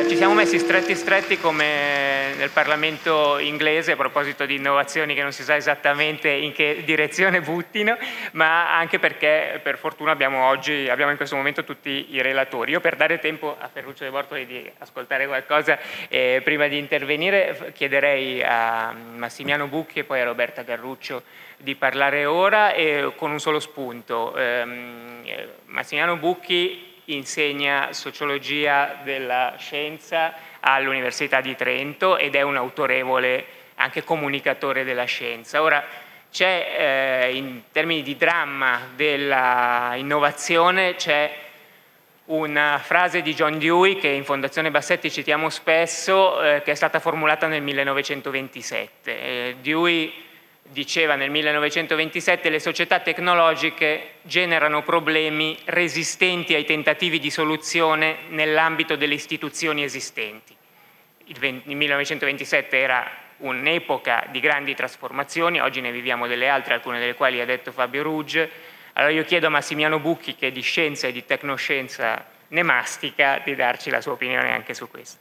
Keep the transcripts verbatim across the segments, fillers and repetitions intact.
ci siamo messi stretti stretti come nel Parlamento inglese a proposito di innovazioni che non si sa esattamente in che direzione buttino, ma anche perché per fortuna abbiamo oggi, abbiamo in questo momento tutti i relatori. Io, per dare tempo a Ferruccio De Bortoli di ascoltare qualcosa eh, prima di intervenire, chiederei a Massimiano Bucchi e poi a Roberta Garruccio di parlare ora, e con un solo spunto. Ehm, Massimiano Bucchi insegna sociologia della scienza all'Università di Trento ed è un autorevole anche comunicatore della scienza. Ora, c'è eh, in termini di dramma della innovazione, c'è una frase di John Dewey che in Fondazione Bassetti citiamo spesso, eh, che è stata formulata nel millenovecentoventisette. Eh, Dewey diceva nel millenovecentoventisette: le società tecnologiche generano problemi resistenti ai tentativi di soluzione nell'ambito delle istituzioni esistenti. Il millenovecentoventisette era un'epoca di grandi trasformazioni, oggi ne viviamo delle altre, alcune delle quali ha detto Fabio Rugge. Allora io chiedo a Massimiano Bucchi, che di scienza e di tecnoscienza ne mastica, di darci la sua opinione anche su questo.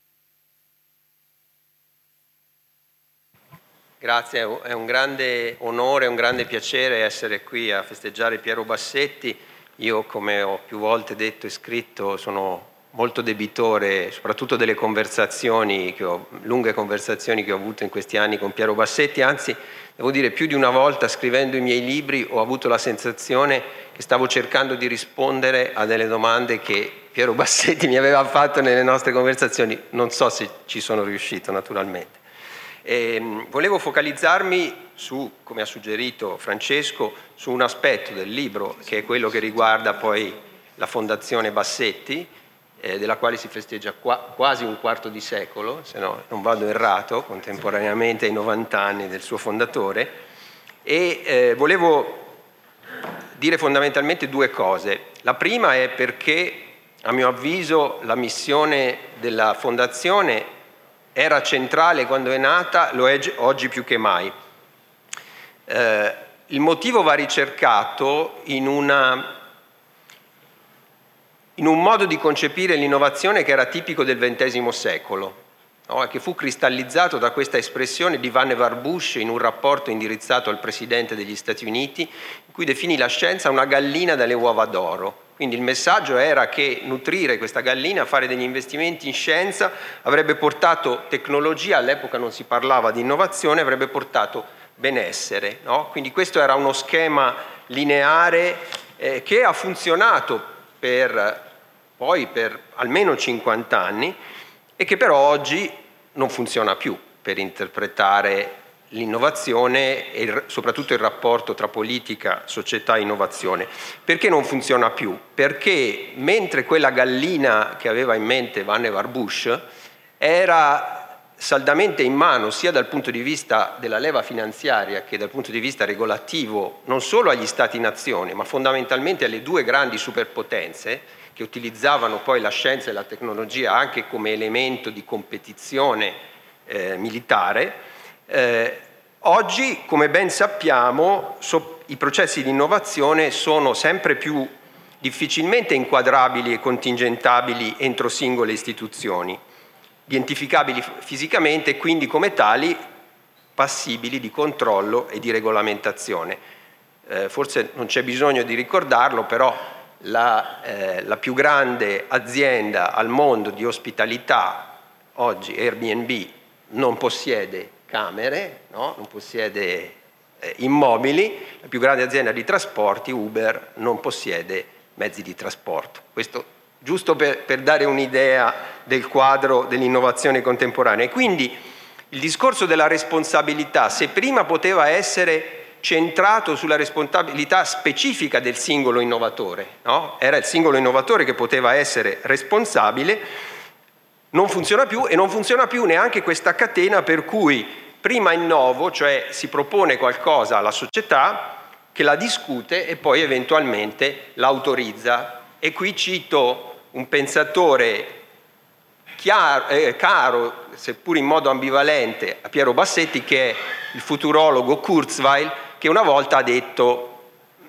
Grazie, è un grande onore, un grande piacere essere qui a festeggiare Piero Bassetti. Io, come ho più volte detto e scritto, sono molto debitore soprattutto delle conversazioni, che ho, lunghe conversazioni che ho avuto in questi anni con Piero Bassetti, anzi devo dire più di una volta scrivendo i miei libri ho avuto la sensazione che stavo cercando di rispondere a delle domande che Piero Bassetti mi aveva fatto nelle nostre conversazioni. Non so se ci sono riuscito, naturalmente. E volevo focalizzarmi su, come ha suggerito Francesco, su un aspetto del libro che è quello che riguarda poi la Fondazione Bassetti, eh, della quale si festeggia qua, quasi un quarto di secolo, se no non vado errato, contemporaneamente ai novanta anni del suo fondatore, e eh, volevo dire fondamentalmente due cose. La prima è perché, a mio avviso, la missione della Fondazione era centrale quando è nata, lo è oggi più che mai. Eh, il motivo va ricercato in, una, in un modo di concepire l'innovazione che era tipico del ventesimo secolo, no? E che fu cristallizzato da questa espressione di Vannevar Bush in un rapporto indirizzato al Presidente degli Stati Uniti, in cui definì la scienza una gallina dalle uova d'oro. Quindi il messaggio era che nutrire questa gallina, fare degli investimenti in scienza, avrebbe portato tecnologia, all'epoca non si parlava di innovazione, avrebbe portato benessere, no? Quindi questo era uno schema lineare eh, che ha funzionato per, poi per almeno cinquanta anni e che però oggi non funziona più per interpretare l'innovazione e il, soprattutto il rapporto tra politica, società e innovazione. Perché non funziona più? Perché mentre quella gallina che aveva in mente Vannevar Bush era saldamente in mano sia dal punto di vista della leva finanziaria che dal punto di vista regolativo non solo agli Stati-nazione ma fondamentalmente alle due grandi superpotenze che utilizzavano poi la scienza e la tecnologia anche come elemento di competizione eh, militare. Eh, oggi, come ben sappiamo, so, i processi di innovazione sono sempre più difficilmente inquadrabili e contingentabili entro singole istituzioni, identificabili fisicamente e quindi come tali passibili di controllo e di regolamentazione. Eh, forse non c'è bisogno di ricordarlo, però la, eh, la più grande azienda al mondo di ospitalità oggi, Airbnb, non possiede camere, no? Non possiede eh, immobili, la più grande azienda di trasporti, Uber, non possiede mezzi di trasporto. Questo giusto per, per dare un'idea del quadro dell'innovazione contemporanea. E quindi il discorso della responsabilità, se prima poteva essere centrato sulla responsabilità specifica del singolo innovatore, no? Era il singolo innovatore che poteva essere responsabile, non funziona più e non funziona più neanche questa catena per cui prima innovo, cioè si propone qualcosa alla società che la discute e poi eventualmente l'autorizza. E qui cito un pensatore chiaro, eh, caro, seppur in modo ambivalente, a Piero Bassetti, che è il futurologo Kurzweil, che una volta ha detto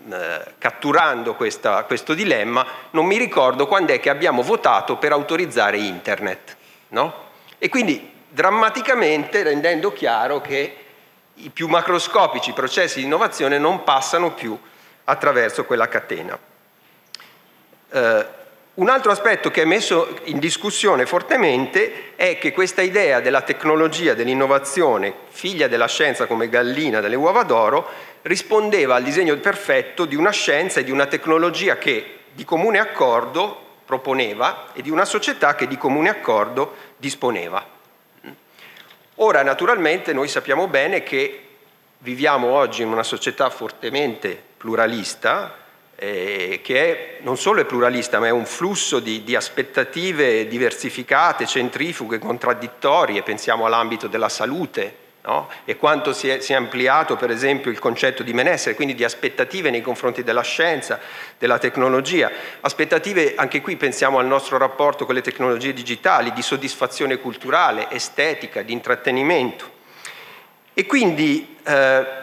eh, catturando questa, questo dilemma, non mi ricordo quando è che abbiamo votato per autorizzare internet, no? E quindi drammaticamente rendendo chiaro che i più macroscopici processi di innovazione non passano più attraverso quella catena. Eh, un altro aspetto che è messo in discussione fortemente è che questa idea della tecnologia, dell'innovazione, figlia della scienza come gallina delle uova d'oro, rispondeva al disegno perfetto di una scienza e di una tecnologia che di comune accordo proponeva e di una società che di comune accordo disponeva. Ora, naturalmente, noi sappiamo bene che viviamo oggi in una società fortemente pluralista, eh, che è, non solo è pluralista, ma è un flusso di, di aspettative diversificate, centrifughe, contraddittorie. Pensiamo all'ambito della salute, no? E quanto si è, si è ampliato, per esempio, il concetto di benessere, quindi di aspettative nei confronti della scienza, della tecnologia. Aspettative, anche qui pensiamo al nostro rapporto con le tecnologie digitali, di soddisfazione culturale, estetica, di intrattenimento. E quindi, eh,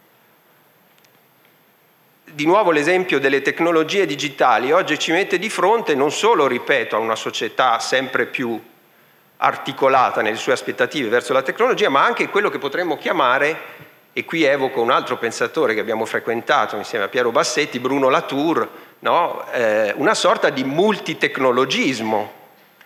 di nuovo l'esempio delle tecnologie digitali oggi ci mette di fronte non solo, ripeto, a una società sempre più articolata nelle sue aspettative verso la tecnologia, ma anche quello che potremmo chiamare, e qui evoco un altro pensatore che abbiamo frequentato insieme a Piero Bassetti, Bruno Latour, no? eh, una sorta di multitecnologismo.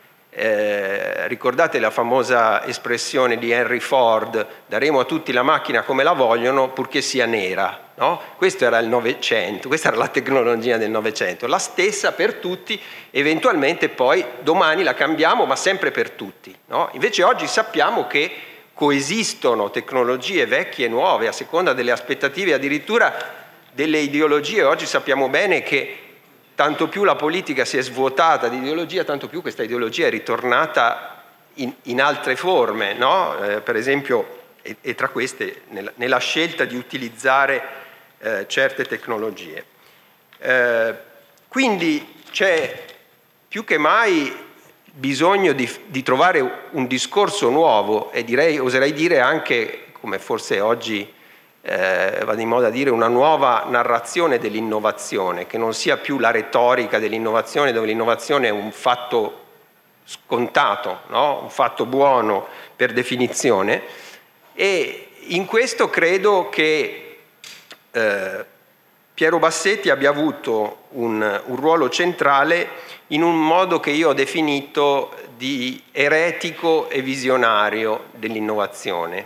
Eh, ricordate la famosa espressione di Henry Ford: daremo a tutti la macchina come la vogliono purché sia nera, no? Questo era il Novecento, questa era la tecnologia del Novecento, la stessa per tutti, eventualmente poi domani la cambiamo, ma sempre per tutti, no? Invece oggi sappiamo che coesistono tecnologie vecchie e nuove a seconda delle aspettative, addirittura delle ideologie. Oggi sappiamo bene che tanto più la politica si è svuotata di ideologia, tanto più questa ideologia è ritornata in, in altre forme, no? Eh, per esempio, e, e tra queste, nella, nella scelta di utilizzare eh, certe tecnologie. Eh, quindi c'è più che mai bisogno di, di trovare un discorso nuovo, e direi, oserei dire anche, come forse oggi Eh, va di moda dire, una nuova narrazione dell'innovazione, che non sia più la retorica dell'innovazione, dove l'innovazione è un fatto scontato, no? Un fatto buono per definizione. E in questo credo che eh, Piero Bassetti abbia avuto un, un ruolo centrale in un modo che io ho definito di eretico e visionario dell'innovazione.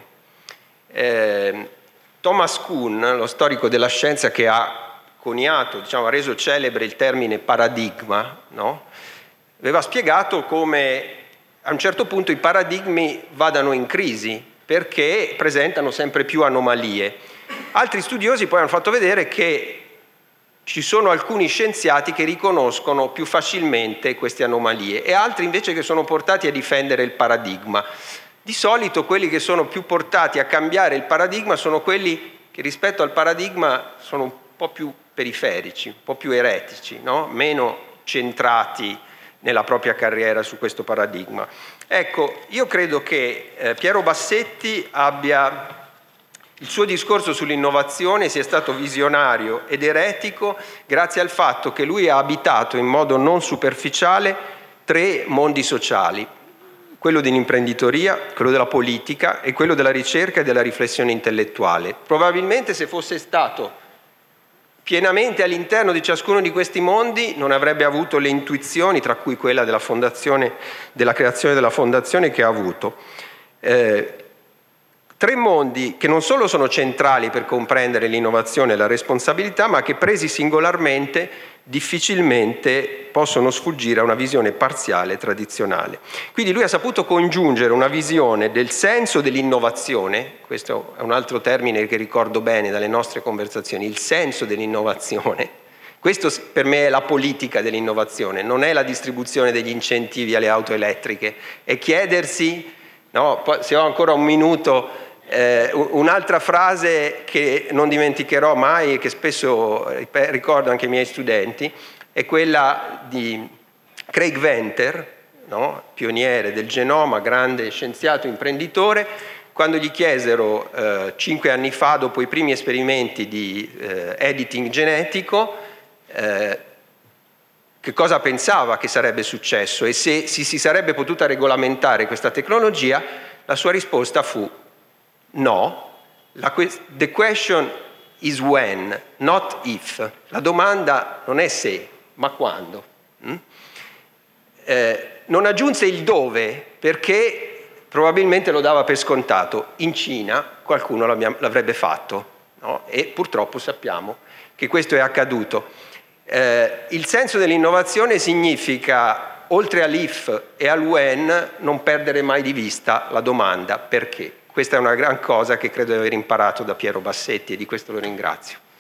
Eh, Thomas Kuhn, lo storico della scienza che ha coniato, diciamo, ha reso celebre il termine paradigma, no? Aveva spiegato come a un certo punto i paradigmi vadano in crisi perché presentano sempre più anomalie. Altri studiosi poi hanno fatto vedere che ci sono alcuni scienziati che riconoscono più facilmente queste anomalie e altri invece che sono portati a difendere il paradigma. Di solito quelli che sono più portati a cambiare il paradigma sono quelli che rispetto al paradigma sono un po' più periferici, un po' più eretici, no? Meno centrati nella propria carriera su questo paradigma. Ecco, io credo che eh, Piero Bassetti abbia, il suo discorso sull'innovazione sia stato visionario ed eretico grazie al fatto che lui ha abitato in modo non superficiale tre mondi sociali: quello dell'imprenditoria, quello della politica e quello della ricerca e della riflessione intellettuale. Probabilmente se fosse stato pienamente all'interno di ciascuno di questi mondi non avrebbe avuto le intuizioni, tra cui quella della fondazione, della creazione della fondazione che ha avuto. Eh, tre mondi che non solo sono centrali per comprendere l'innovazione e la responsabilità, ma che presi singolarmente difficilmente possono sfuggire a una visione parziale e tradizionale. Quindi lui ha saputo congiungere una visione del senso dell'innovazione, questo è un altro termine che ricordo bene dalle nostre conversazioni, il senso dell'innovazione. Questo per me è la politica dell'innovazione, non è la distribuzione degli incentivi alle auto elettriche, è chiedersi, no, se ho ancora un minuto, Eh, un'altra frase che non dimenticherò mai e che spesso ricordo anche ai miei studenti è quella di Craig Venter, no? Pioniere del genoma, grande scienziato, imprenditore, quando gli chiesero eh, cinque anni fa, dopo i primi esperimenti di eh, editing genetico, eh, che cosa pensava che sarebbe successo e se si, si sarebbe potuta regolamentare questa tecnologia, la sua risposta fu no. La, the question is when, not if. La domanda non è se, ma quando. Mm? Eh, non aggiunse il dove, perché probabilmente lo dava per scontato. In Cina qualcuno l'avrebbe fatto, no? E purtroppo sappiamo che questo è accaduto. Eh, il senso dell'innovazione significa, oltre all'if e al when, non perdere mai di vista la domanda perché. Questa è una gran cosa che credo di aver imparato da Piero Bassetti e di questo lo ringrazio.